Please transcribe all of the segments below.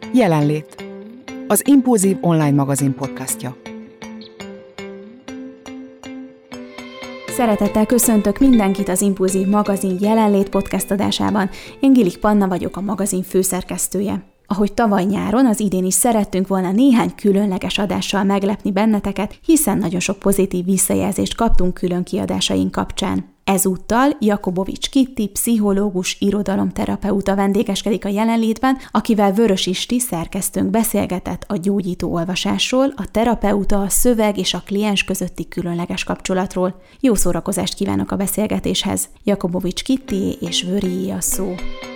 Jelenlét. Az Impulzív online magazin podcastja. Szeretettel köszöntök mindenkit az Impulzív magazin Jelenlét podcast adásában. Én Gilik Panna vagyok, a magazin főszerkesztője. Ahogy tavaly nyáron, az idén is szerettünk volna néhány különleges adással meglepni benneteket, hiszen nagyon sok pozitív visszajelzést kaptunk külön kiadásaink kapcsán. Ezúttal Jakobovics Kitti, pszichológus, irodalomterapeuta vendégeskedik a Jelenlétben, akivel Vörös Isti szerkesztőnk beszélgetett a gyógyító olvasásról, a terapeuta, a szöveg és a kliens közötti különleges kapcsolatról. Jó szórakozást kívánok a beszélgetéshez! Jakobovics Kitti és Vörié a szó.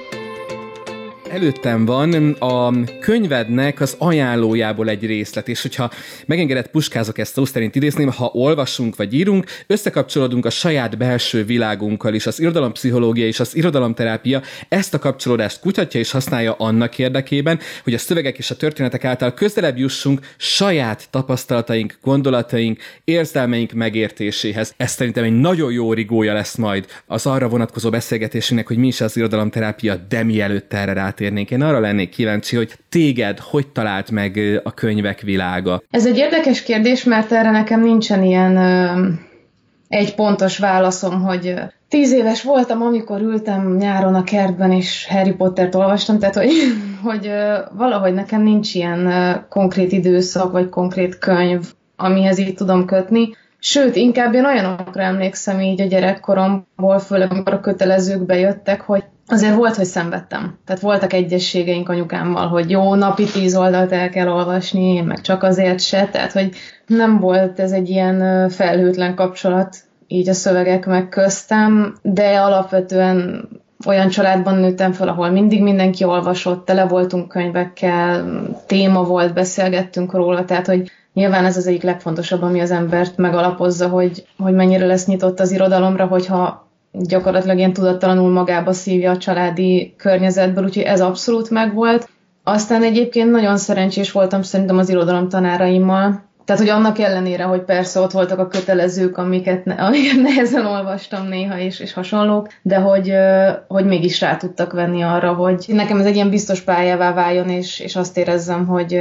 Előttem van a könyvednek az ajánlójából egy részlet, és hogyha megengedett, puskázok, ezt szó szerint idézném, ha olvasunk vagy írunk, összekapcsolódunk a saját belső világunkkal is. Az irodalompszichológia és az irodalomterápia ezt a kapcsolódást kutatja és használja annak érdekében, hogy a szövegek és a történetek által közelebb jussunk saját tapasztalataink, gondolataink, érzelmeink megértéséhez. Ez szerintem egy nagyon jó rigója lesz majd az arra vonatkozó beszélgetésünknek, hogy mi is az irodalomterápia, de mielőtt erre rátérnénk. Én arra lennék kíváncsi, hogy téged hogy talált meg a könyvek világa? Ez egy érdekes kérdés, mert erre nekem nincsen ilyen egy pontos válaszom, hogy 10 éves voltam, amikor ültem nyáron a kertben, és Harry Pottert olvastam, tehát hogy valahogy nekem nincs ilyen konkrét időszak, vagy konkrét könyv, amihez így tudom kötni. Sőt, inkább én olyanokra emlékszem így a gyerekkoromból, főleg amikor a kötelezők bejöttek, hogy azért volt, hogy szenvedtem. Tehát voltak egyességeink anyukámmal, hogy jó, napi 10 oldalt el kell olvasni, meg csak azért se. Tehát, hogy nem volt ez egy ilyen felhőtlen kapcsolat így a szövegek meg köztem, de alapvetően olyan családban nőttem fel, ahol mindig mindenki olvasott, tele voltunk könyvekkel, téma volt, beszélgettünk róla, tehát, hogy nyilván ez az egyik legfontosabb, ami az embert megalapozza, hogy mennyire lesz nyitott az irodalomra, hogyha gyakorlatilag ilyen tudattalanul magába szívja a családi környezetből, úgyhogy ez abszolút megvolt. Aztán egyébként nagyon szerencsés voltam szerintem az irodalom tanáraimmal. Tehát, hogy annak ellenére, hogy persze ott voltak a kötelezők, amiket nehezen olvastam néha és hasonlók, de hogy mégis rá tudtak venni arra, hogy nekem ez egy ilyen biztos pályává váljon, és azt érezzem, hogy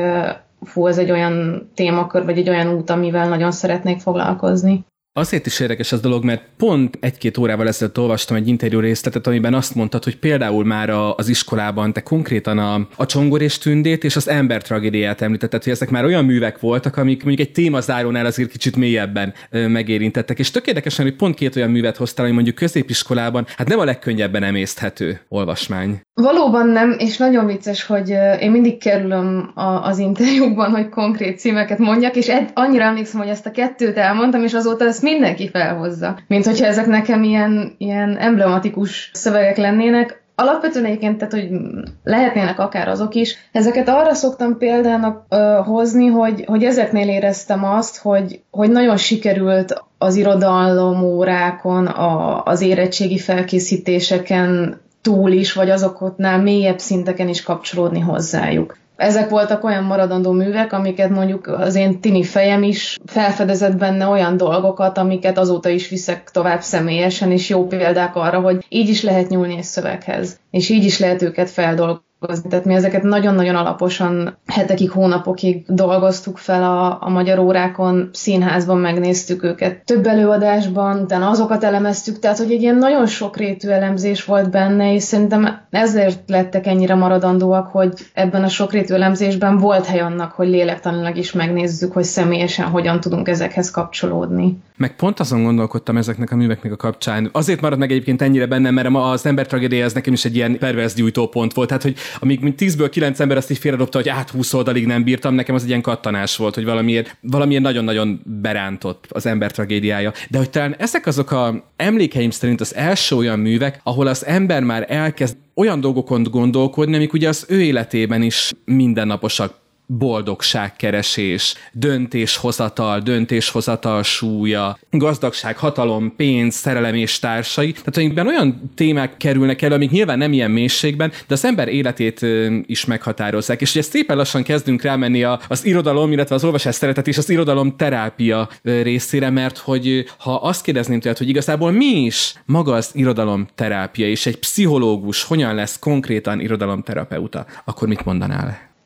ez egy olyan témakör, vagy egy olyan út, amivel nagyon szeretnék foglalkozni. Azért is érdekes ez a dolog, mert pont 1-2 órával ezelőtt olvastam egy interjú részletet, amiben azt mondtad, hogy például már az iskolában te konkrétan a Csongor és Tündét és az Ember tragédiáját említetted, hogy ezek már olyan művek voltak, amik mondjuk egy témazárónál azért kicsit mélyebben megérintettek. És tök érdekesen, hogy pont 2 olyan művet hoztál, ami mondjuk középiskolában, hát nem a legkönnyebben emészthető olvasmány. Valóban nem, és nagyon vicces, hogy én mindig kerülöm az interjúkban, hogy konkrét címeket mondjak, és annyira emlékszem, hogy ezt a 2 elmondtam, és azóta ezt mindenki felhozza. Mint hogyha ezek nekem ilyen emblematikus szövegek lennének. Alapvetően egyébként, tehát, hogy lehetnének akár azok is. Ezeket arra szoktam példának hozni, hogy ezeknél éreztem azt, hogy nagyon sikerült az irodalomórákon, az érettségi felkészítéseken túl is, vagy azoknál mélyebb szinteken is kapcsolódni hozzájuk. Ezek voltak olyan maradandó művek, amiket mondjuk az én tini fejem is felfedezett benne olyan dolgokat, amiket azóta is viszek tovább személyesen, és jó példák arra, hogy így is lehet nyúlni egy szöveghez, és így is lehet őket feldolgozni. Tehát mi ezeket nagyon-nagyon alaposan hetekig, hónapokig dolgoztuk fel a magyar órákon, színházban megnéztük őket több előadásban, utána azokat elemeztük, tehát hogy egy ilyen nagyon sokrétű elemzés volt benne, és szerintem ezért lettek ennyire maradandóak, hogy ebben a sokrétű elemzésben volt hely annak, hogy lélektanilag is megnézzük, hogy személyesen hogyan tudunk ezekhez kapcsolódni. Meg pont azon gondolkodtam ezeknek a műveknek a kapcsán. Azért marad meg egyébként ennyire bennem, mert az Ember tragédiája ez nekem is egy ilyen perverz gyújtópont volt. Tehát, hogy amíg 10-ből 9 ember azt így félredobta, hogy 20 oldalig nem bírtam, nekem az egy ilyen kattanás volt, hogy valamiért nagyon-nagyon berántott az Ember tragédiája. De hogy talán ezek azok a emlékeim szerint az első olyan művek, ahol az ember már elkezd olyan dolgokon gondolkodni, amik ugye az ő életében is mindennaposak. Boldogságkeresés, döntéshozatal súlya, gazdagság, hatalom, pénz, szerelem és társai. Tehát amikben olyan témák kerülnek elő, amik nyilván nem ilyen mélységben, de az ember életét is meghatározzák. És ugye szépen lassan kezdünk rámenni az irodalom, illetve az olvasás szeretet és az irodalom terápia részére, mert hogy ha azt kérdezném tőled, hogy igazából mi is maga az irodalom terápia, és egy pszichológus hogyan lesz konkrétan irodalomterapeuta, akkor mit mondanál?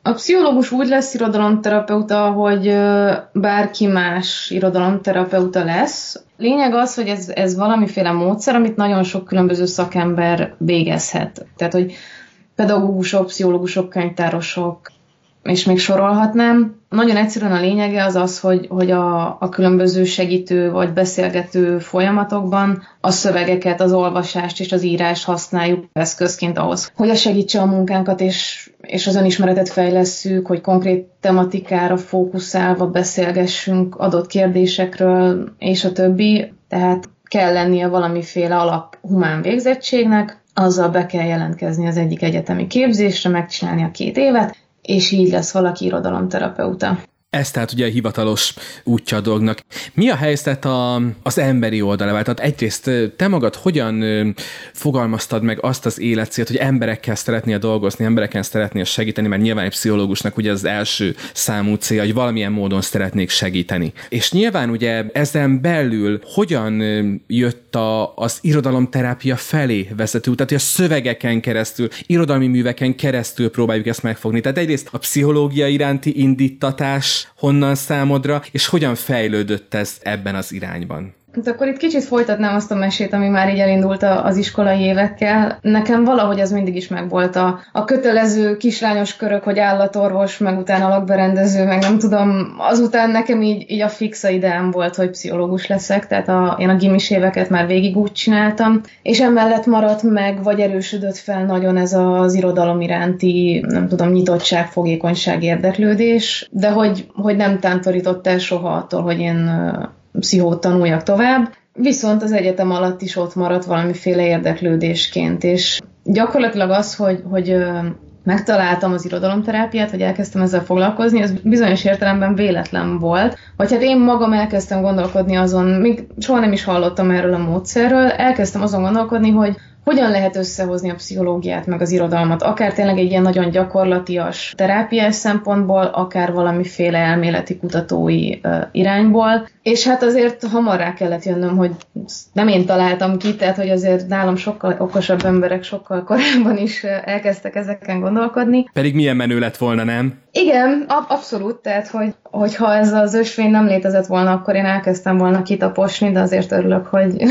A pszichológus úgy lesz irodalomterapeuta, hogy bárki más irodalomterapeuta lesz. Lényeg az, hogy ez valamiféle módszer, amit nagyon sok különböző szakember végezhet. Tehát, hogy pedagógusok, pszichológusok, könyvtárosok, és még sorolhatnám. Nagyon egyszerűen a lényege az, hogy a különböző segítő vagy beszélgető folyamatokban a szövegeket, az olvasást és az írást használjuk eszközként ahhoz, hogy segítse a munkánkat és az önismeretet fejlesszük, hogy konkrét tematikára fókuszálva beszélgessünk adott kérdésekről, és a többi. Tehát kell lennie valamiféle alap humán végzettségnek, azzal be kell jelentkezni az egyik egyetemi képzésre, megcsinálni a 2 évet, és így lesz valaki irodalomterapeuta. Ez tehát ugye a hivatalos útja a dolgnak. Mi a helyzet az emberi oldalával? Tehát egyrészt te magad hogyan fogalmaztad meg azt az életcélt, hogy emberekkel szeretnél dolgozni, emberekkel szeretnél segíteni, mert nyilván egy pszichológusnak ugye az első számú célja, hogy valamilyen módon szeretnék segíteni. És nyilván ugye ezen belül hogyan jött az irodalomterápia felé vezető út, tehát hogy a szövegeken keresztül, irodalmi műveken keresztül próbáljuk ezt megfogni. Tehát egyrészt a pszichológia iránti indítatás honnan számodra, és hogyan fejlődött ez ebben az irányban? Hát akkor itt kicsit folytatnám azt a mesét, ami már így elindult az iskolai évekkel. Nekem valahogy ez mindig is megvolt a kötelező kislányos körök, hogy állatorvos, meg utána lakberendező, meg nem tudom, azután nekem így a fixa ideám volt, hogy pszichológus leszek, tehát én a gimis éveket már végig úgy csináltam, és emellett maradt meg, vagy erősödött fel nagyon ez az irodalom iránti, nem tudom, nyitottság, fogékonyság, érdeklődés, de hogy nem tántorított el soha attól, hogy én pszichót tanuljak tovább, viszont az egyetem alatt is ott maradt valamiféle érdeklődésként, és gyakorlatilag az, hogy megtaláltam az irodalomterápiát, hogy elkezdtem ezzel foglalkozni, ez bizonyos értelemben véletlen volt, vagy hát én magam elkezdtem gondolkodni azon, még soha nem is hallottam erről a módszerről, elkezdtem azon gondolkodni, hogy hogyan lehet összehozni a pszichológiát meg az irodalmat, akár tényleg egy ilyen nagyon gyakorlatias terápiás szempontból, akár valamiféle elméleti kutatói irányból. És hát azért hamar rá kellett jönnöm, hogy nem én találtam ki, tehát hogy azért nálam sokkal okosabb emberek sokkal korábban is elkezdtek ezeken gondolkodni. Pedig milyen menő lett volna, nem? Igen, abszolút, tehát hogyha ez az ösvény nem létezett volna, akkor én elkezdtem volna kitaposni, de azért örülök,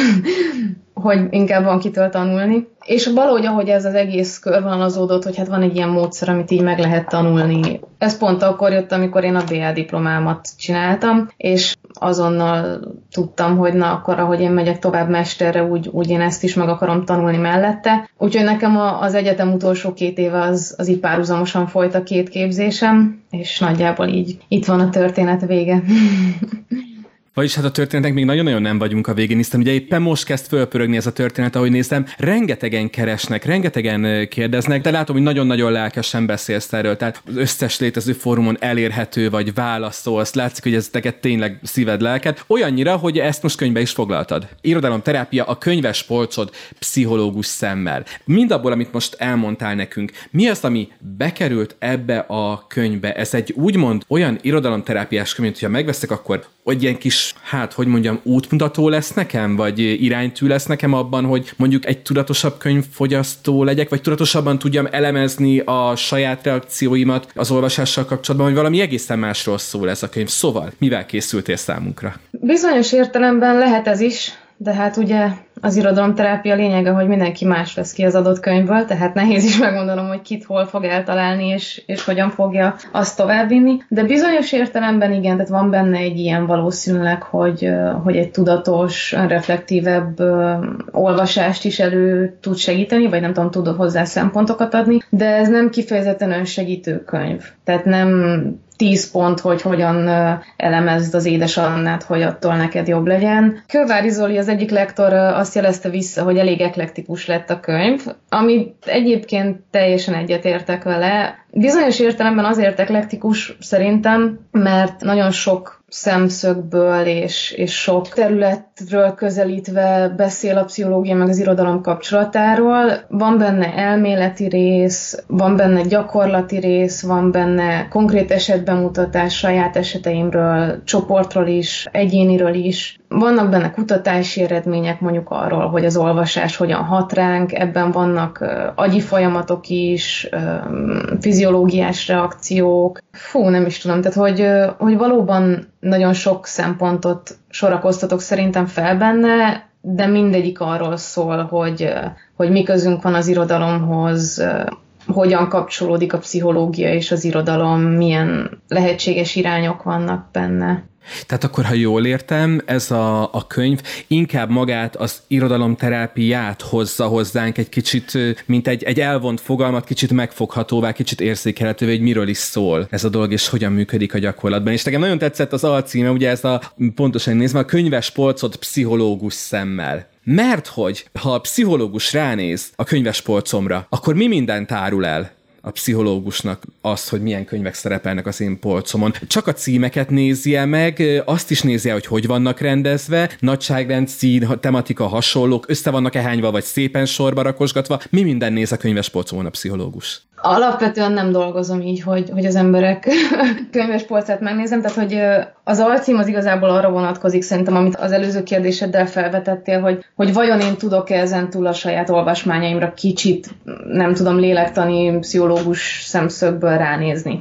hogy inkább van kitől tanulni. És valahogy, ahogy ez az egész körvonalazódott, hogy hát van egy ilyen módszer, amit így meg lehet tanulni. Ez pont akkor jött, amikor én a BA diplomámat csináltam, és azonnal tudtam, hogy na akkor, ahogy én megyek tovább mesterre, úgy én ezt is meg akarom tanulni mellette. Úgyhogy nekem az egyetem utolsó 2 éve az így párhuzamosan folyt a 2 képzésem, és nagyjából így itt van a történet vége. Vagyis hát a történetnek még nagyon-nagyon nem vagyunk a végén, hiszen ugye éppen most kezd fölpörögni ez a történet, ahogy néztem, rengetegen keresnek, rengetegen kérdeznek, de látom, hogy nagyon-nagyon lelkesen beszélsz erről, tehát az összes létező fórumon elérhető vagy válaszolsz, látszik, hogy ez neked tényleg szíved, lelked, olyannyira, hogy ezt most könyvbe is foglaltad. Irodalomterápia a könyves polcod pszichológus szemmel. Mindabból, amit most elmondtál nekünk, mi az, ami bekerült ebbe a könyvbe? Ez egy úgymond olyan irodalomterápiás könyv, hogyha megveszek, akkor hogy ilyen kis, útmutató lesz nekem, vagy iránytű lesz nekem abban, hogy mondjuk egy tudatosabb könyvfogyasztó legyek, vagy tudatosabban tudjam elemezni a saját reakcióimat az olvasással kapcsolatban, hogy valami egészen másról szól ez a könyv. Szóval, mivel készültél számunkra? Bizonyos értelemben lehet ez is, de hát ugye az irodalomterápia lényege, hogy mindenki más lesz ki az adott könyvből, tehát nehéz is megmondanom, hogy kit hol fog eltalálni, és hogyan fogja azt továbbvinni. De bizonyos értelemben igen, tehát van benne egy ilyen valószínűleg, hogy egy tudatos, reflektívebb olvasást is elő tud segíteni, vagy nem tudom, tud hozzá szempontokat adni, de ez nem kifejezetten önsegítő könyv. Tehát nem 10 pont, hogy hogyan elemezd az Édes Annát, hogy attól neked jobb legyen. Kővári Zoli, az egyik lektor azt jelezte vissza, hogy elég eklektikus lett a könyv, ami egyébként teljesen egyetértek vele. Bizonyos értelemben azért eklektikus szerintem, mert nagyon sok szemszögből és sok területről közelítve beszél a pszichológia meg az irodalom kapcsolatáról. Van benne elméleti rész, van benne gyakorlati rész, van benne konkrét esetbemutatás saját eseteimről, csoportról is, egyéniről is. vannak benne kutatási eredmények mondjuk arról, hogy az olvasás hogyan hat ránk, ebben vannak agyi folyamatok is, fiziológiás reakciók, nem is tudom, tehát hogy valóban nagyon sok szempontot sorakoztatok szerintem fel benne, de mindegyik arról szól, hogy mi közünk van az irodalomhoz, hogyan kapcsolódik a pszichológia és az irodalom, milyen lehetséges irányok vannak benne. Tehát akkor, ha jól értem, ez a könyv inkább magát az irodalomterápiát hozza hozzánk egy kicsit, mint egy elvont fogalmat, kicsit megfoghatóvá, kicsit érzékelhetővé, hogy miről is szól ez a dolog, és hogyan működik a gyakorlatban. És nekem nagyon tetszett az alcíme, ugye ez pontosan nézve, a könyves polcot pszichológus szemmel. Mert hogy, ha a pszichológus ránéz a könyves polcomra, akkor mi mindent árul el a pszichológusnak azt, hogy milyen könyvek szerepelnek az én polcomon. Csak a címeket nézi meg, azt is nézi, hogy vannak rendezve, nagyságrend, szín, tematika hasonlók, össze vannak-e hányva, vagy szépen sorba rakosgatva. Mi minden néz a könyves polcomon a pszichológus? Alapvetően nem dolgozom így, hogy az emberek könyves polcát megnézem, tehát hogy az alcím az igazából arra vonatkozik szerintem, amit az előző kérdéseddel felvetettél, hogy vajon én tudok-e ezentúl a saját olvasmányaimra kicsit, nem tudom, lélektani, pszichológus szemszögből ránézni.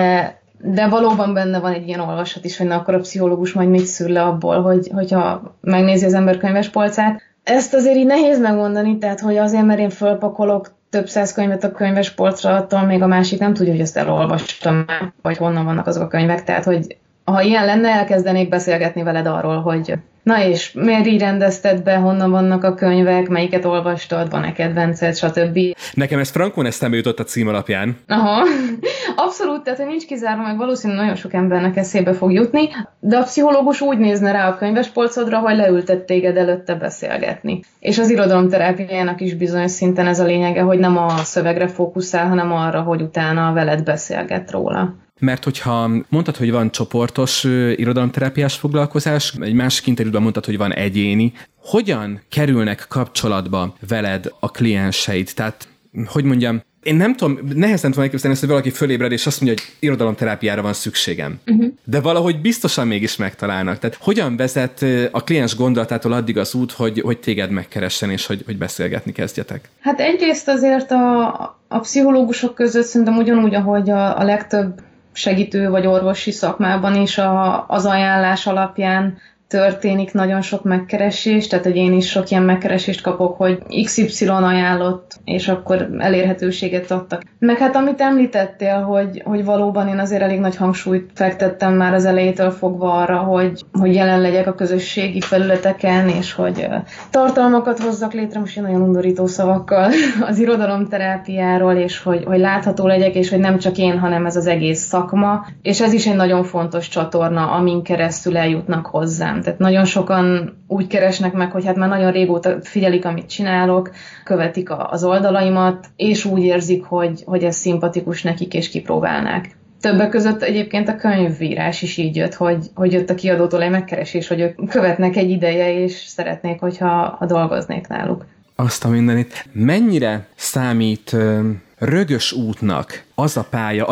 De valóban benne van egy ilyen olvasat is, hogy na, akkor a pszichológus majd mit szűr le abból, hogyha megnézi az ember könyves polcát. Ezt azért így nehéz megmondani, tehát hogy azért, mert én fölpakolok több száz könyvet a könyves polcra, attól még a másik nem tudja, hogy ezt elolvastam, vagy honnan vannak azok a könyvek. Tehát, hogy ha ilyen lenne, elkezdenék beszélgetni veled arról, hogy na és miért így rendezted be, honnan vannak a könyvek, melyiket olvastad, van-e kedvenced, stb. Nekem ez frankon eszembe jutott a cím alapján. Aha, abszolút, tehát hogy nincs kizárva, meg valószínűleg nagyon sok embernek eszébe fog jutni, de a pszichológus úgy nézne rá a könyvespolcodra, hogy leültett téged előtte beszélgetni. És az irodalomterápiának is bizonyos szinten ez a lényege, hogy nem a szövegre fókuszál, hanem arra, hogy utána veled beszélget róla. Mert hogyha mondtad, hogy van csoportos irodalomterápiás foglalkozás, egy másik interjúban mondtad, hogy van egyéni, hogyan kerülnek kapcsolatba veled a klienseid? Tehát, hogy mondjam, én nem tudom, nehezen tudom elképzelni ezt, hogy valaki fölébred, és azt mondja, hogy irodalomterápiára van szükségem. De valahogy biztosan mégis megtalálnak. Tehát hogyan vezet a kliens gondolatától addig az út, hogy téged megkeressen, és hogy beszélgetni kezdjetek? Hát egyrészt azért a pszichológusok között szerintem ugyanúgy, ahogy a legtöbb segítő vagy orvosi szakmában is az ajánlás alapján történik nagyon sok megkeresés, tehát hogy én is sok ilyen megkeresést kapok, hogy XY ajánlott, és akkor elérhetőséget adtak. Meg hát amit említettél, hogy valóban én azért elég nagy hangsúlyt fektettem már az elejétől fogva arra, hogy jelen legyek a közösségi felületeken, és hogy tartalmakat hozzak létre, most nagyon undorító szavakkal az irodalomterápiáról, és hogy látható legyek, és hogy nem csak én, hanem ez az egész szakma, és ez is egy nagyon fontos csatorna, amin keresztül eljutnak hozzám. Tehát nagyon sokan úgy keresnek meg, hogy hát már nagyon régóta figyelik, amit csinálok, követik az oldalaimat, és úgy érzik, hogy ez szimpatikus nekik, és kipróbálnák. Többek között egyébként a könyvírás is így jött, hogy jött a kiadótól egy megkeresés, hogy ők követnek egy ideje, és szeretnék, hogyha dolgoznék náluk. Azt a mindenit. Mennyire számít rögös útnak az a pálya,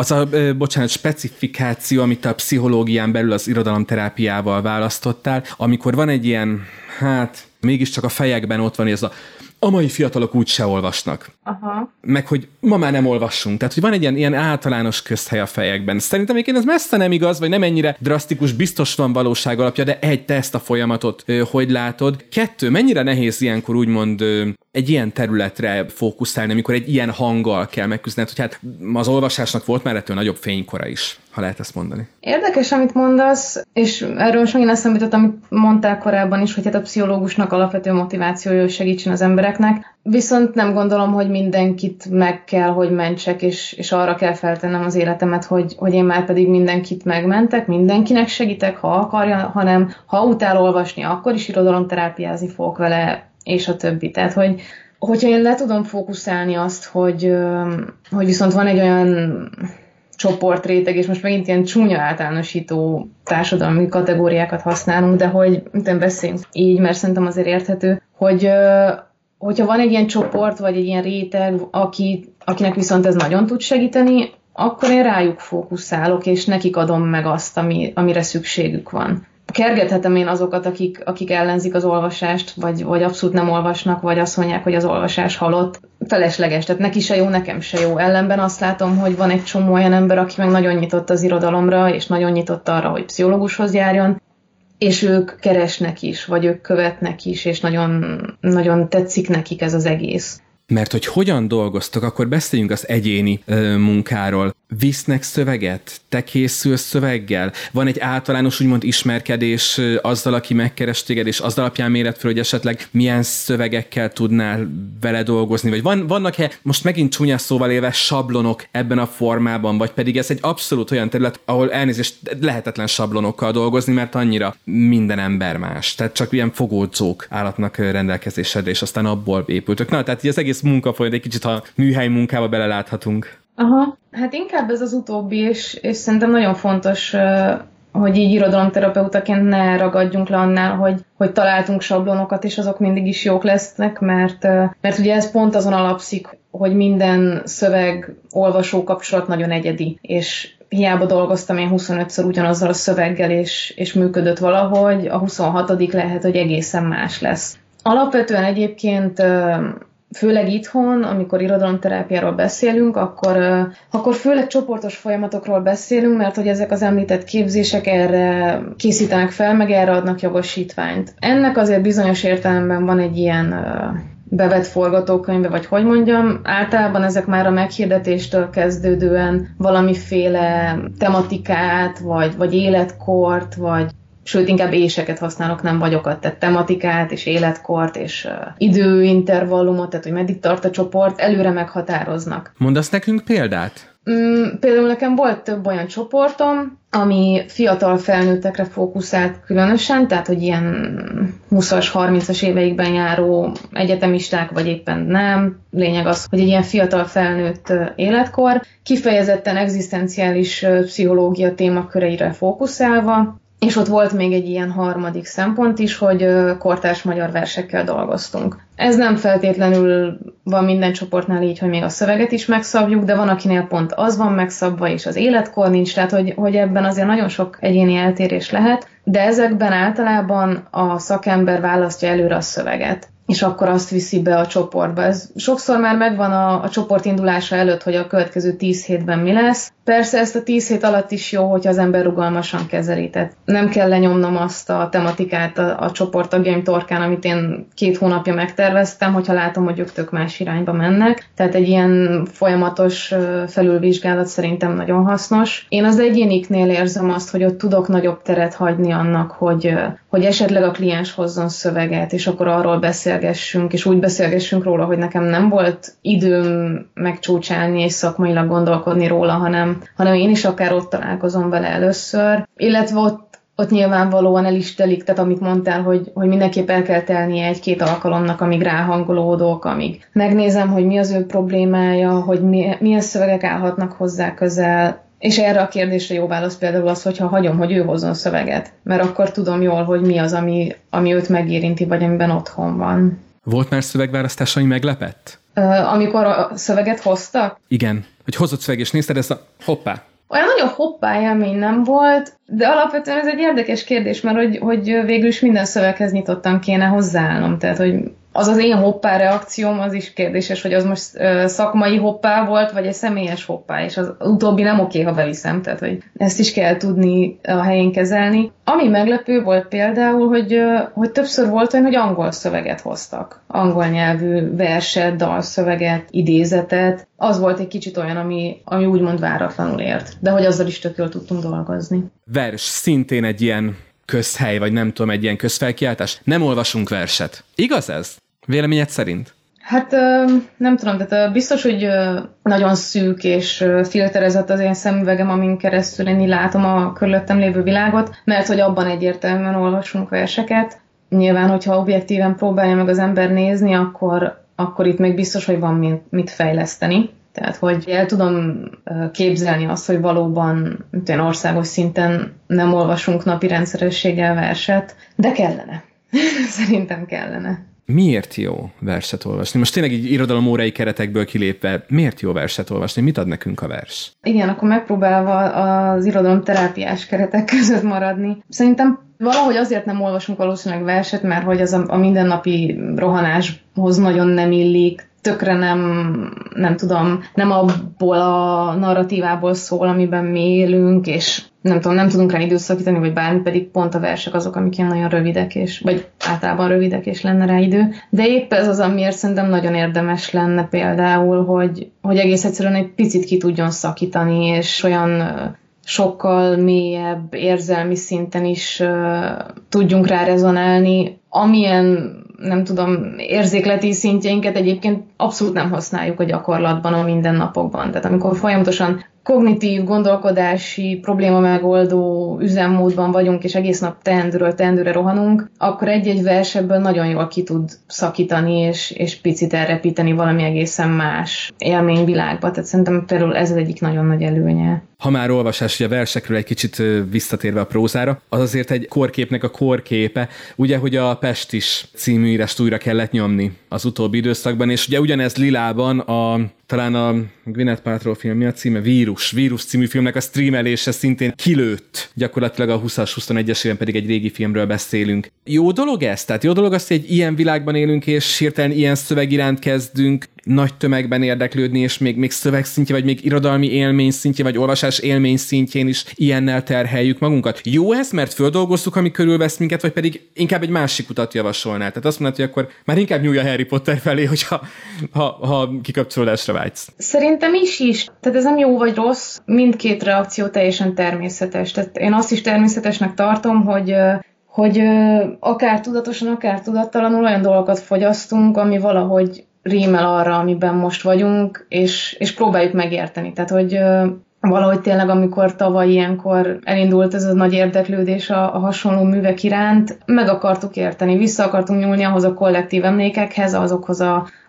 specifikáció, amit a pszichológián belül az irodalomterápiával választottál, amikor van egy ilyen, mégiscsak a fejekben ott van ez a mai fiatalok úgyse olvasnak. Aha. Meg, hogy ma már nem olvassunk. Tehát, hogy van egy ilyen általános közhely a fejekben. Szerintem egyébként ez messze nem igaz, vagy nem ennyire drasztikus, biztos van valóság alapja, de te ezt a folyamatot hogy látod? 2, mennyire nehéz ilyenkor úgymond egy ilyen területre fókuszálni, amikor egy ilyen hanggal kell megküzdened, hogy hát az olvasásnak volt már ettől nagyobb fénykora is, ha lehet ezt mondani. Érdekes, amit mondasz, és erről most megint eszembe jutott, amit mondtál korábban is, hogy hát a pszichológusnak alapvető motivációja, hogy segítsen az embereknek. Viszont nem gondolom, hogy mindenkit meg kell, hogy mentsek, és arra kell feltennem az életemet, hogy én már pedig mindenkit megmentek, mindenkinek segítek, ha akarja, hanem ha utál olvasni, akkor is irodalomterápiázni fogok vele, és a többi. Tehát, hogyha én le tudom fókuszálni azt, hogy viszont van egy olyan csoportréteg, és most megint ilyen csúnya általánosító társadalmi kategóriákat használunk, de hogy beszéljünk így, mert szerintem azért érthető, hogyha van egy ilyen csoport, vagy egy ilyen réteg, akinek viszont ez nagyon tud segíteni, akkor én rájuk fókuszálok, és nekik adom meg azt, amire szükségük van. kergethetem én azokat, akik ellenzik az olvasást, vagy abszolút nem olvasnak, vagy azt mondják, hogy az olvasás halott. Felesleges, tehát neki se jó, nekem se jó. Ellenben azt látom, hogy van egy csomó olyan ember, aki meg nagyon nyitott az irodalomra, és nagyon nyitott arra, hogy pszichológushoz járjon, és ők keresnek is, vagy ők követnek is, és nagyon, nagyon tetszik nekik ez az egész. Mert hogy hogyan dolgoztok, akkor beszéljünk az egyéni munkáról. Visznek szöveget? Te készülsz szöveggel? Van egy általános úgymond ismerkedés azzal, aki megkeres téged, és az alapján méred fel, hogy esetleg milyen szövegekkel tudnál vele dolgozni? Vagy vannak-e, most megint csúnya szóval élve, sablonok ebben a formában, vagy pedig ez egy abszolút olyan terület, ahol elnézést lehetetlen sablonokkal dolgozni, mert annyira minden ember más. Tehát csak ilyen fogódzók állhatnak rendelkezésedre, és aztán abból épültök. Na, tehát az egész munkafolyamat egy kicsit, ha műhely munkába beleláthatunk. Aha, hát inkább ez az utóbbi, és szerintem nagyon fontos, hogy így irodalomterapeutaként ne ragadjunk le annál, hogy találtunk sablonokat, és azok mindig is jók lesznek, mert ugye ez pont azon alapszik, hogy minden szöveg-olvasó kapcsolat nagyon egyedi, és hiába dolgoztam én 25-ször ugyanazzal a szöveggel, és működött valahogy, a 26. lehet, hogy egészen más lesz. Alapvetően egyébként főleg itthon, amikor irodalomterápiáról beszélünk, akkor főleg csoportos folyamatokról beszélünk, mert hogy ezek az említett képzések erre készítenek fel, meg erre adnak jogosítványt. Ennek azért bizonyos értelemben van egy ilyen bevett forgatókönyve, vagy hogy mondjam, általában ezek már a meghirdetéstől kezdődően valamiféle tematikát, vagy életkort, sőt, inkább éseket használok, nem vagyokat, tehát tematikát és életkort és időintervallumot, tehát hogy meddig tart a csoport, előre meghatároznak. Mondasz nekünk példát? Például nekem volt több olyan csoportom, ami fiatal felnőttekre fókuszált különösen, tehát hogy ilyen 20-as, 30-as éveikben járó egyetemisták, vagy éppen nem. Lényeg az, hogy egy ilyen fiatal felnőtt életkor, kifejezetten egzisztenciális pszichológia témaköreire fókuszálva, és ott volt még egy ilyen harmadik szempont is, hogy kortárs magyar versekkel dolgoztunk. Ez nem feltétlenül van minden csoportnál így, hogy még a szöveget is megszabjuk, de van, akinél pont az van megszabva, és az életkor nincs, tehát hogy ebben azért nagyon sok egyéni eltérés lehet, de ezekben általában a szakember választja előre a szöveget, és akkor azt viszi be a csoportba. Ez sokszor már megvan a csoport indulása előtt, hogy a következő 10 hétben mi lesz. Persze ezt a 10 hét alatt is jó, hogyha az ember rugalmasan kezeli. Tehát nem kell lenyomnom azt a tematikát a csoporttagjaim torkán, amit én 2 hónapja megterveztem, hogyha látom, hogy ők tök más irányba mennek. Tehát egy ilyen folyamatos felülvizsgálat szerintem nagyon hasznos. Én az egyéniknél érzem azt, hogy ott tudok nagyobb teret hagyni annak, hogy esetleg a kliens hozzon szöveget, és akkor arról beszélgessünk, és úgy beszélgessünk róla, hogy nekem nem volt időm megcsúcsálni és szakmailag gondolkodni róla, hanem én is akár ott találkozom vele először, illetve ott nyilvánvalóan el is telik, tehát amit mondtál, hogy mindenképp el kell telnie 1-2 alkalomnak, amíg ráhangolódok, amíg megnézem, hogy mi az ő problémája, hogy milyen szövegek állhatnak hozzá közel, és erre a kérdésre jó válasz például az, hogyha hagyom, hogy ő hozzon szöveget, mert akkor tudom jól, hogy mi az, ami őt megérinti, vagy amiben otthon van. Volt már szövegválasztás, ami meglepett? Amikor a szöveget hoztak? Igen, hogy hozott szöveg, és nézted ezt hoppá. Olyan nagyon hoppá élmény nem volt, de alapvetően ez egy érdekes kérdés, mert hogy végül is minden szöveghez nyitottan kéne hozzáállnom, tehát hogy az én hoppá reakcióm, az is kérdéses, hogy az most szakmai hoppá volt, vagy egy személyes hoppá, és az utóbbi nem oké, ha beviszem, tehát hogy ezt is kell tudni a helyén kezelni. Ami meglepő volt például, hogy többször volt olyan, hogy angol szöveget hoztak. Angol nyelvű verset, dalszöveget, idézetet. Az volt egy kicsit olyan, ami úgymond váratlanul ért, de hogy azzal is tök jól tudtunk dolgozni. Vers szintén egy ilyen közhely, vagy nem tudom, egy ilyen közfelkiáltás. Nem olvasunk verset. Igaz ez? Véleményed szerint? Hát nem tudom, tehát biztos, hogy nagyon szűk és filterezett az én szemüvegem, amin keresztül én látom a körülöttem lévő világot, mert hogy abban egyértelműen olvasunk verseket. Nyilván, hogyha objektíven próbálja meg az ember nézni, akkor itt még biztos, hogy van mit fejleszteni. Tehát, hogy el tudom képzelni azt, hogy valóban országos szinten nem olvasunk napi rendszerességgel verset, de kellene. Szerintem kellene. Miért jó verset olvasni? Most tényleg így irodalomórai keretekből kilépve, miért jó verset olvasni? Mit ad nekünk a vers? Igen, akkor megpróbálva az irodalomterápiás keretek között maradni. Szerintem valahogy azért nem olvasunk valószínűleg verset, mert hogy az a mindennapi rohanáshoz nagyon nem illik, tökre nem tudom, nem abból a narratívából szól, amiben mi élünk, és nem tudunk rá időt szakítani, vagy bármi, pedig pont a versek azok, amik ilyen nagyon rövidek, vagy általában rövidek, és lenne rá idő. De épp ez az, amiért szerintem nagyon érdemes lenne például, hogy egész egyszerűen egy picit ki tudjon szakítani, és olyan sokkal mélyebb érzelmi szinten is tudjunk rá rezonálni, amilyen, nem tudom, érzékleti szintjeinket egyébként abszolút nem használjuk a gyakorlatban, a mindennapokban. Tehát amikor folyamatosan kognitív, gondolkodási, probléma megoldó üzemmódban vagyunk, és egész nap teendőről teendőre rohanunk, akkor egy-egy vers ebből nagyon jól ki tud szakítani, és picit elrepíteni valami egészen más élményvilágba. Tehát szerintem például ez az egyik nagyon nagy előnye. Ha már olvasás, ugye a versekről egy kicsit visszatérve a prózára, az azért egy korképnek a korképe, ugye, hogy a Pestis című írást újra kellett nyomni az utóbbi időszakban, és ugye ugyanez lilában talán a Gwyneth Paltrow film, mi a címe? Vírus című filmnek a streamelése szintén kilőtt. Gyakorlatilag a 20-as, 21-es éven pedig egy régi filmről beszélünk. Jó dolog ez? Tehát jó dolog az, hogy egy ilyen világban élünk, és hirtelen ilyen szöveg iránt kezdünk nagy tömegben érdeklődni, és még szövegszintje, vagy még irodalmi élmény szintje, vagy olvasás élmény szintjén is ilyennel terheljük magunkat. Jó ez, mert földolgozzuk, ami körülvesz minket, vagy pedig inkább egy másik utat javasolnál? Tehát azt mondod, hogy akkor már inkább nyúlj a Harry Potter felé, hogyha ha kikapcsolódásra vágysz. Szerintem is. Tehát ez nem jó vagy rossz, mindkét reakció teljesen természetes. Tehát én azt is természetesnek tartom, hogy akár tudatosan, akár tudattalanul olyan dolgokat fogyasztunk, ami valahogy rímel arra, amiben most vagyunk, és próbáljuk megérteni. Tehát, hogy valahogy tényleg, amikor tavaly ilyenkor elindult ez a nagy érdeklődés a hasonló művek iránt, meg akartuk érteni, vissza akartunk nyúlni ahhoz a kollektív emlékekhez, azokhoz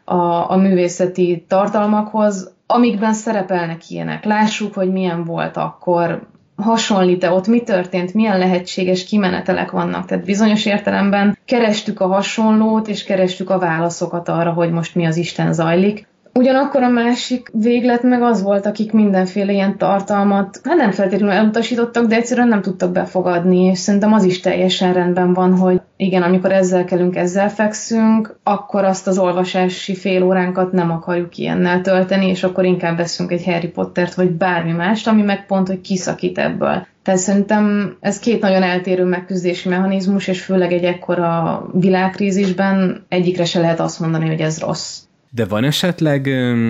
a művészeti tartalmakhoz, amikben szerepelnek ilyenek. Lássuk, hogy milyen volt akkor, hasonlít-e ott, mi történt, milyen lehetséges kimenetelek vannak. Tehát bizonyos értelemben kerestük a hasonlót, és kerestük a válaszokat arra, hogy most mi az Isten zajlik. Ugyanakkor a másik véglet meg az volt, akik mindenféle ilyen tartalmat, nem feltétlenül elutasítottak, de egyszerűen nem tudtak befogadni, és szerintem az is teljesen rendben van, hogy igen, amikor ezzel kelünk, ezzel fekszünk, akkor azt az olvasási fél óránkat nem akarjuk ilyennel tölteni, és akkor inkább veszünk egy Harry Pottert, vagy bármi mást, ami meg pont, hogy kiszakít ebből. Tehát szerintem ez két nagyon eltérő megküzdési mechanizmus, és főleg egy ekkora világkrízisben egyikre se lehet azt mondani, hogy ez rossz. De van esetleg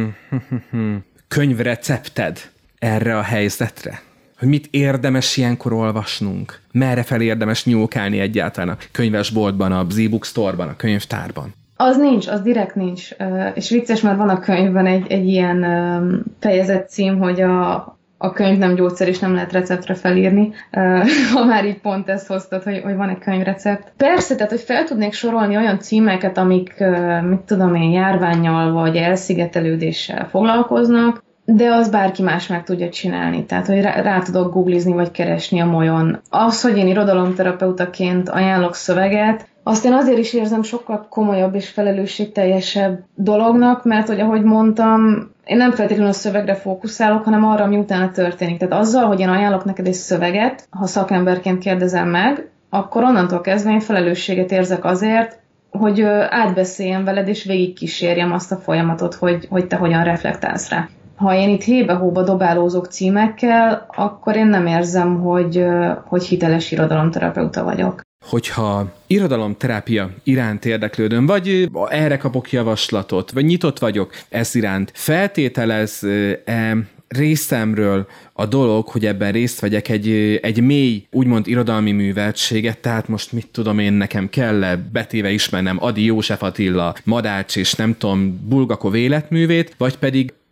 könyvrecepted erre a helyzetre? Hogy mit érdemes ilyenkor olvasnunk? Merre fel érdemes nyúlkálni egyáltalán a könyvesboltban, a e-book store-ban, a könyvtárban? Az direkt nincs. És vicces, mert van a könyvben egy ilyen fejezet cím, hogy a könyv nem gyógyszer, és nem lehet receptre felírni, ha már így pont ezt hoztad, hogy van egy könyvrecept. Persze, tehát, hogy fel tudnék sorolni olyan címeket, amik, mit tudom én, járvánnyal vagy elszigetelődéssel foglalkoznak, de az bárki más meg tudja csinálni. Tehát, hogy rá tudok googlizni, vagy keresni a molyon. Az, hogy én irodalomterapeutaként ajánlok szöveget, azt én azért is érzem sokkal komolyabb és felelősségteljesebb dolognak, mert, hogy ahogy mondtam, én nem feltétlenül a szövegre fókuszálok, hanem arra, ami utána történik. Tehát azzal, hogy én ajánlok neked egy szöveget, ha szakemberként kérdezem meg, akkor onnantól kezdve én felelősséget érzek azért, hogy átbeszéljem veled, és végigkísérjem azt a folyamatot, hogy te hogyan reflektálsz rá. Ha én itt hébe-hóba dobálózok címekkel, akkor én nem érzem, hogy hiteles irodalomterapeuta vagyok. Hogyha irodalomterápia iránt érdeklődöm, vagy erre kapok javaslatot, vagy nyitott vagyok ez iránt, feltételez-e részemről a dolog, hogy ebben részt vegyek egy mély, úgymond irodalmi műveltséget, tehát most mit tudom én, nekem kell-e betéve ismernem Ady József Attila, Madács és nem tudom, Bulgakov életművét, vagy pedig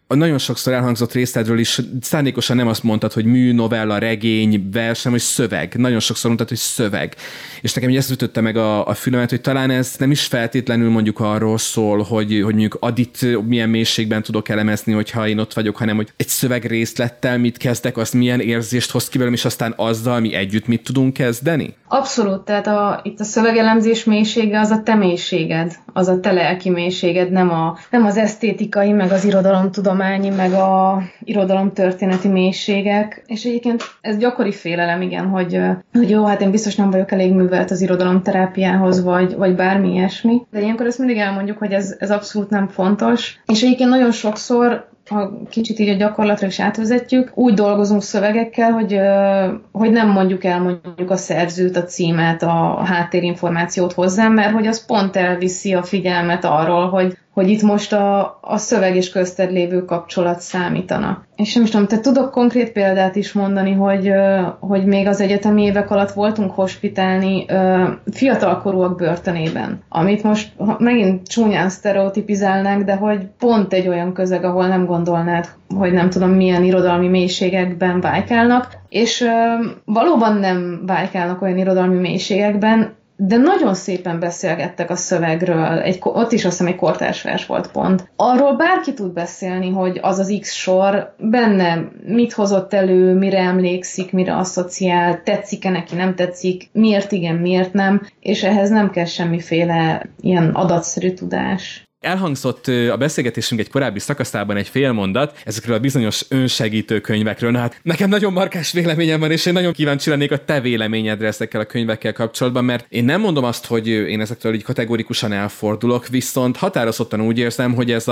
nagyon sokszor elhangzott részledről is, szándékosan nem azt mondtad, hogy mű, novella, regény, vers, hanem, hogy szöveg. Nagyon sokszor mondtad, hogy szöveg. És nekem így ezt ütötte meg a fülemet, hogy talán ez nem is feltétlenül mondjuk arról szól, hogy mondjuk Adit milyen mélységben tudok elemezni, hogyha én ott vagyok, hanem hogy egy szövegrészlettel mit kezdek, az milyen érzést hoz ki velem, és aztán azzal mi együtt mit tudunk kezdeni? Abszolút, tehát itt a szövegelemzés mélysége az a te mélységed, az a te lelki mélységed, nem az esztétikai, meg az irodalomtudományi, meg a irodalomtörténeti mélységek. És egyébként ez gyakori félelem, igen, hogy jó, hát én biztos nem vagyok elég művelt az irodalomterápiához, vagy bármi ilyesmi. De ilyenkor ezt mindig elmondjuk, hogy ez abszolút nem fontos. És egyébként nagyon sokszor, ha kicsit így a gyakorlatra is átvezetjük, úgy dolgozunk szövegekkel, hogy nem mondjuk el mondjuk a szerzőt, a címet, a háttérinformációt hozzá, mert hogy az pont elviszi a figyelmet arról, hogy itt most a szöveg és közted lévő kapcsolat számítana. És nem is tudom, te tudok konkrét példát is mondani, hogy még az egyetemi évek alatt voltunk hospitálni fiatalkorúak börtönében, amit most megint csúnyán sztereotipizálnánk, de hogy pont egy olyan közeg, ahol nem gondolnád, hogy nem tudom milyen irodalmi mélységekben vájkálnak, és valóban nem vájkálnak olyan irodalmi mélységekben, de nagyon szépen beszélgettek a szövegről, ott is azt hiszem egy kortárs vers volt pont. Arról bárki tud beszélni, hogy az az X sor benne mit hozott elő, mire emlékszik, mire asszociál, tetszik-e neki, nem tetszik, miért igen, miért nem, és ehhez nem kell semmiféle ilyen adatszerű tudás. Elhangzott a beszélgetésünk egy korábbi szakaszában egy fél mondat ezekről a bizonyos önsegítő könyvekről. Na hát nekem nagyon markás véleményem van, és én nagyon kíváncsi lennék a te véleményedre ezekkel a könyvekkel kapcsolatban, mert én nem mondom azt, hogy én ezektől így kategórikusan elfordulok, viszont határozottan úgy érzem, hogy ez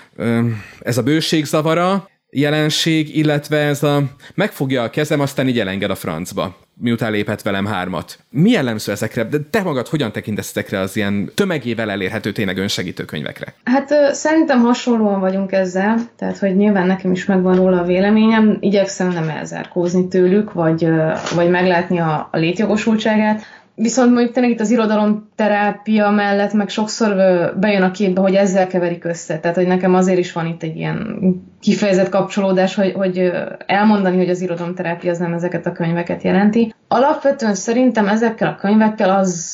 a bőségzavara jelenség, illetve ez a megfogja a kezem, aztán így elenged a francba, miután lépett velem 3. Mi jellemző ezekre? De te magad hogyan tekintesz ezekre az ilyen tömegével elérhető tényleg önsegítő könyvekre? Hát szerintem hasonlóan vagyunk ezzel, tehát hogy nyilván nekem is megvan róla a véleményem, igyekszem nem elzárkózni tőlük, vagy meglátni a létjogosultságát. Viszont mondjuk tényleg itt az irodalomterápia mellett meg sokszor bejön a képbe, hogy ezzel keverik össze. Tehát, hogy nekem azért is van itt egy ilyen kifejezett kapcsolódás, hogy elmondani, hogy az irodalomterápia az nem ezeket a könyveket jelenti. Alapvetően szerintem ezekkel a könyvekkel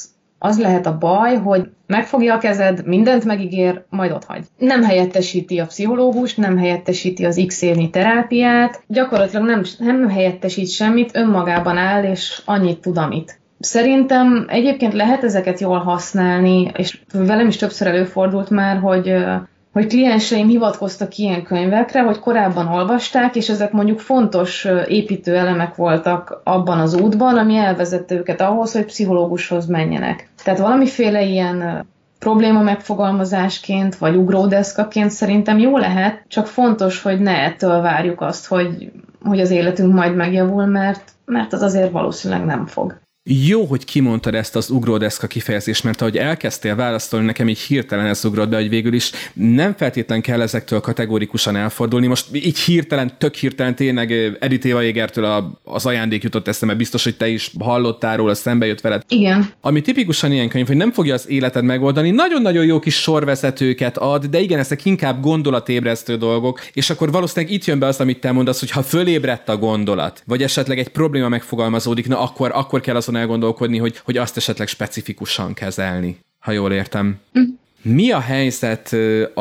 az lehet a baj, hogy megfogja a kezed, mindent megígér, majd otthagy. Nem helyettesíti a pszichológust, nem helyettesíti az X évnyi terápiát, gyakorlatilag nem helyettesít semmit, önmagában áll, és annyit tud, amit. Szerintem egyébként lehet ezeket jól használni, és velem is többször előfordult már, hogy klienseim hivatkoztak ilyen könyvekre, hogy korábban olvasták, és ezek mondjuk fontos építő elemek voltak abban az útban, ami elvezette őket ahhoz, hogy pszichológushoz menjenek. Tehát valamiféle ilyen probléma megfogalmazásként, vagy ugródeszkaként szerintem jó lehet, csak fontos, hogy ne ettől várjuk azt, hogy az életünk majd megjavul, mert az azért valószínűleg nem fog. Jó, hogy kimondtad ezt az ugródeszka kifejezést, mert ahogy elkezdtél választolni, nekem így hirtelen ez ugrott be, hogy végül is nem feltétlen kell ezektől kategórikusan elfordulni. Most így tök hirtelen tényleg Edith Eva Jégertől az ajándék jutott eszembe, biztos, hogy te is hallottál róla, szembe jött veled. Igen. Ami tipikusan ilyen könyv, hogy nem fogja az életed megoldani, nagyon-nagyon jó kis sorvezetőket ad, de igen, ezek inkább gondolatébresztő dolgok, és akkor valószínűleg itt jön be az, amit te mondasz, hogy ha fölébredt a gondolat, vagy esetleg egy probléma megfogalmazódik, na akkor kell azon elgondolkodni, hogy azt esetleg specifikusan kezelni, ha jól értem. Mi a helyzet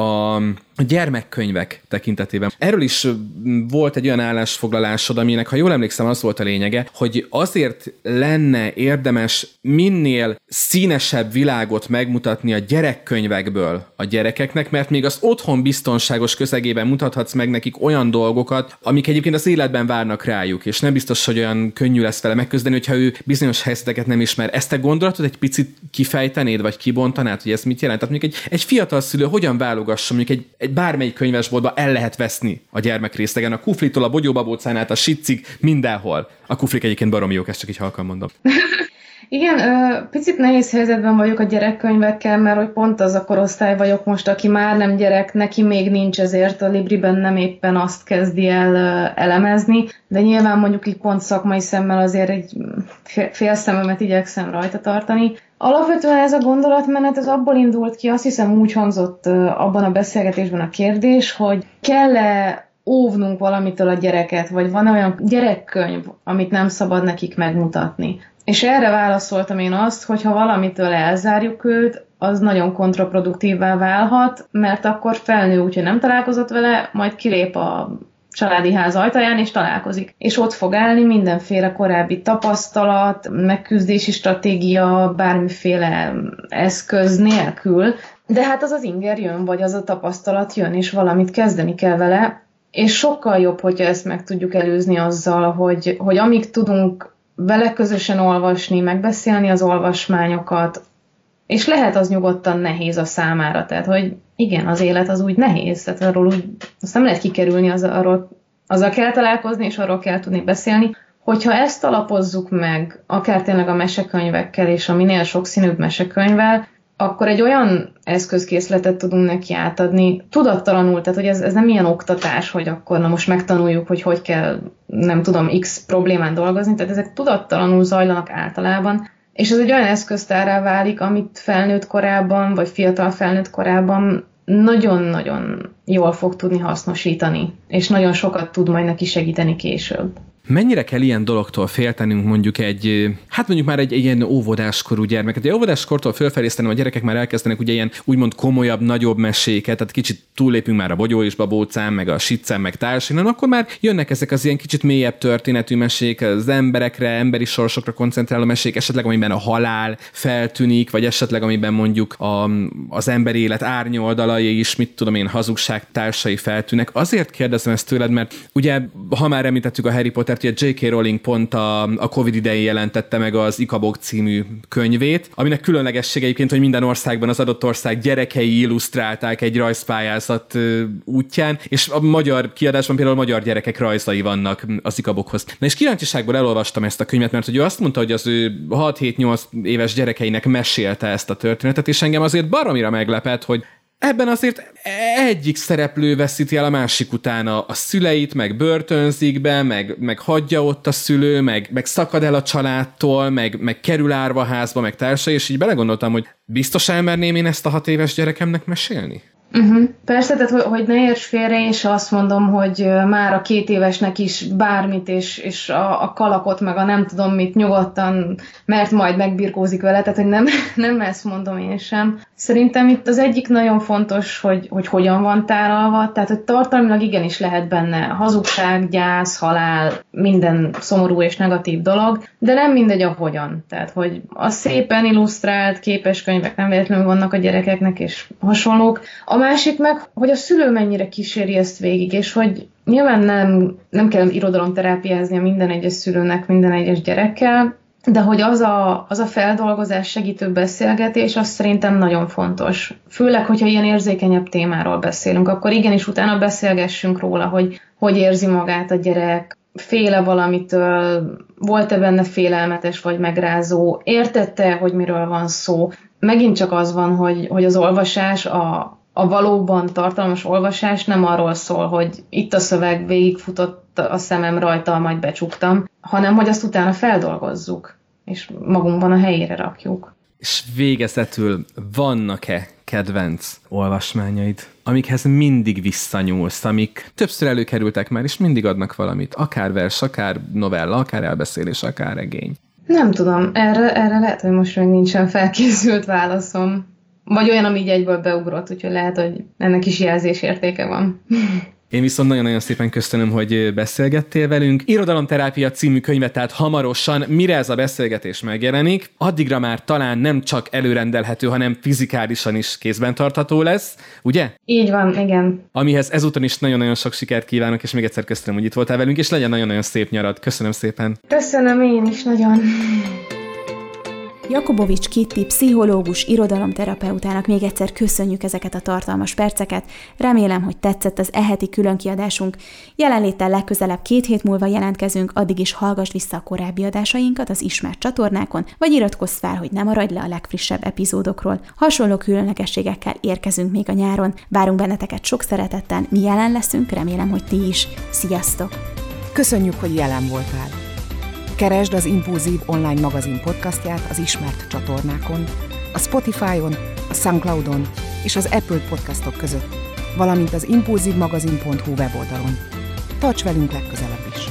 a gyermekkönyvek tekintetében? Erről is volt egy olyan állásfoglalásod, aminek, ha jól emlékszem, az volt a lényege, hogy azért lenne érdemes minél színesebb világot megmutatni a gyerekkönyvekből a gyerekeknek, mert még az otthon biztonságos közegében mutathatsz meg nekik olyan dolgokat, amik egyébként az életben várnak rájuk, és nem biztos, hogy olyan könnyű lesz vele megküzdeni, hogyha ő bizonyos helyzeteket nem ismer. Ezt a gondolatot egy picit kifejtenéd, vagy kibontanád, hogy ez mit jelent? Tehát mondjuk egy fiatal szülő hogyan válogasson, mondjuk egy bármelyik könyvesboltba el lehet veszni a gyermekrészlegen, a kuflitól, a bogyóbabócán át, a sicig, mindenhol. A kuflik egyébként baromi jók, ezt csak így halkan mondom. Igen, picit nehéz helyzetben vagyok a gyerekkönyvekkel, mert hogy pont az a korosztály vagyok most, aki már nem gyerek, neki még nincs, ezért a Libriben nem éppen azt kezdi el elemezni, de nyilván mondjuk így pont szakmai szemmel azért egy fél szememet igyekszem rajta tartani. Alapvetően ez a gondolatmenet, ez abból indult ki, azt hiszem úgy hangzott abban a beszélgetésben a kérdés, kell-e óvnunk valamitől a gyereket, vagy van olyan gyerekkönyv, amit nem szabad nekik megmutatni. És erre válaszoltam én azt, hogy ha valamitől elzárjuk őt, az nagyon kontraproduktívvá válhat, mert akkor felnő úgy, hogy nem találkozott vele, majd kilép a családi ház ajtaján, és találkozik. És ott fog állni mindenféle korábbi tapasztalat, megküzdési stratégia, bármiféle eszköz nélkül. De hát az inger jön, vagy az a tapasztalat jön, és valamit kezdeni kell vele, és sokkal jobb, hogyha ezt meg tudjuk előzni azzal, hogy amíg tudunk vele közösen olvasni, megbeszélni az olvasmányokat, és lehet az nyugodtan nehéz a számára, tehát hogy igen, az élet az úgy nehéz, tehát arról úgy, azt nem lehet kikerülni, azzal kell találkozni, és arról kell tudni beszélni. Hogyha ezt alapozzuk meg, akár tényleg a mesekönyvekkel, és a minél sokszínűbb mesekönyvvel, akkor egy olyan eszközkészletet tudunk neki átadni, tudattalanul, tehát hogy ez nem ilyen oktatás, hogy akkor na most megtanuljuk, hogy kell, nem tudom, X problémán dolgozni, tehát ezek tudattalanul zajlanak általában, és ez egy olyan eszköztárrá válik, amit felnőtt korában, vagy fiatal felnőtt korában nagyon-nagyon jól fog tudni hasznosítani, és nagyon sokat tud majd neki segíteni később. Mennyire kell ilyen dologtól féltenünk mondjuk mondjuk már egy ilyen óvodáskorú gyermeket? Egy óvodáskortól fölfelé a gyerekek már elkezdenek ugye ilyen úgymond komolyabb, nagyobb meséket, tehát kicsit túllépünk már a Bogyó és Babócán, meg a Sicen, meg társinon, akkor már jönnek ezek az ilyen kicsit mélyebb történetű mesék, az emberekre, emberi sorsokra koncentráló mesék, esetleg amiben a halál feltűnik, vagy esetleg amiben mondjuk az emberi élet árnyoldalai is, mit tudom én, hazugság társai feltűnnek. Azért kérdezem ezt tőled, mert ugye, ha már említettük a Harry Pottert, ugye J.K. Rowling pont a Covid idején jelentette meg az Ikabok című könyvét, aminek különlegessége egyébként, hogy minden országban az adott ország gyerekei illusztrálták egy rajzpályázat útján, és a magyar kiadásban például magyar gyerekek rajzai vannak az Ikabokhoz. Na és kíváncsiságból elolvastam ezt a könyvet, mert hogy ő azt mondta, hogy az ő 6-7-8 éves gyerekeinek mesélte ezt a történetet, és engem azért baromira meglepett, hogy ebben azért egyik szereplő veszíti el a másik után a szüleit, meg börtönzik be, meg hagyja ott a szülő, meg szakad el a családtól, meg kerül árvaházba, meg társai, és így belegondoltam, hogy biztos elmerném én ezt a 6 éves gyerekemnek mesélni? Persze, tehát hogy ne érts félre, én se azt mondom, hogy már a 2 évesnek is bármit, és a kalapot, meg a nem tudom mit nyugodtan, mert majd megbirkózik vele, tehát hogy nem ezt mondom én sem. Szerintem itt az egyik nagyon fontos, hogy hogyan van tálalva, tehát hogy tartalmilag igenis lehet benne hazugság, gyász, halál, minden szomorú és negatív dolog, de nem mindegy a hogyan. Tehát, hogy a szépen illusztrált képeskönyvek nem véletlenül vannak a gyerekeknek, és hasonlók. A másik meg, hogy a szülő mennyire kíséri ezt végig, és hogy nyilván nem kell irodalomterápiáznia minden egyes szülőnek, minden egyes gyerekkel, de hogy az a feldolgozás, segítő beszélgetés, az szerintem nagyon fontos. Főleg, hogyha ilyen érzékenyebb témáról beszélünk, akkor igenis utána beszélgessünk róla, hogy érzi magát a gyerek, féle valamitől, volt-e benne félelmetes vagy megrázó, értette, hogy miről van szó. Megint csak az van, hogy az olvasás, a valóban tartalmas olvasás nem arról szól, hogy itt a szöveg, végigfutott a szemem rajta, majd becsuktam, hanem hogy azt utána feldolgozzuk, és magunkban a helyére rakjuk. És végezetül vannak-e kedvenc olvasmányaid, amikhez mindig visszanyúlsz, amik többször előkerültek már, és mindig adnak valamit, akár vers, akár novella, akár elbeszélés, akár regény? Nem tudom, erre lehet, hogy most még nincsen felkészült válaszom. Vagy olyan, ami így egyből beugrott, úgyhogy lehet, hogy ennek is jelzésértéke van. Én viszont nagyon-nagyon szépen köszönöm, hogy beszélgettél velünk. Irodalomterápia című könyvet, tehát hamarosan, mire ez a beszélgetés megjelenik, addigra már talán nem csak előrendelhető, hanem fizikálisan is kézben tartható lesz, ugye? Így van, igen. Amihez ezúton is nagyon-nagyon sok sikert kívánok, és még egyszer köszönöm, hogy itt voltál velünk, és legyen nagyon-nagyon szép nyarad. Köszönöm szépen. Köszönöm én is nagyon. Jakubovics Kitti, pszichológus, irodalomterapeutának még egyszer köszönjük ezeket a tartalmas perceket. Remélem, hogy tetszett az eheti különkiadásunk. Jelenléttel legközelebb 2 hét múlva jelentkezünk, addig is hallgass vissza a korábbi adásainkat az ismert csatornákon, vagy iratkozz fel, hogy ne maradj le a legfrissebb epizódokról. Hasonló különlegességekkel érkezünk még a nyáron. Várunk benneteket sok szeretettel, mi jelen leszünk, remélem, hogy ti is. Sziasztok! Köszönjük, hogy jelen voltál! Keresd az Impulzív online magazin podcastját az ismert csatornákon, a Spotify-on, a Soundcloud-on és az Apple podcastok között. valamint az impulzívmagazin.hu weboldalon. Tarts velünk legközelebb is!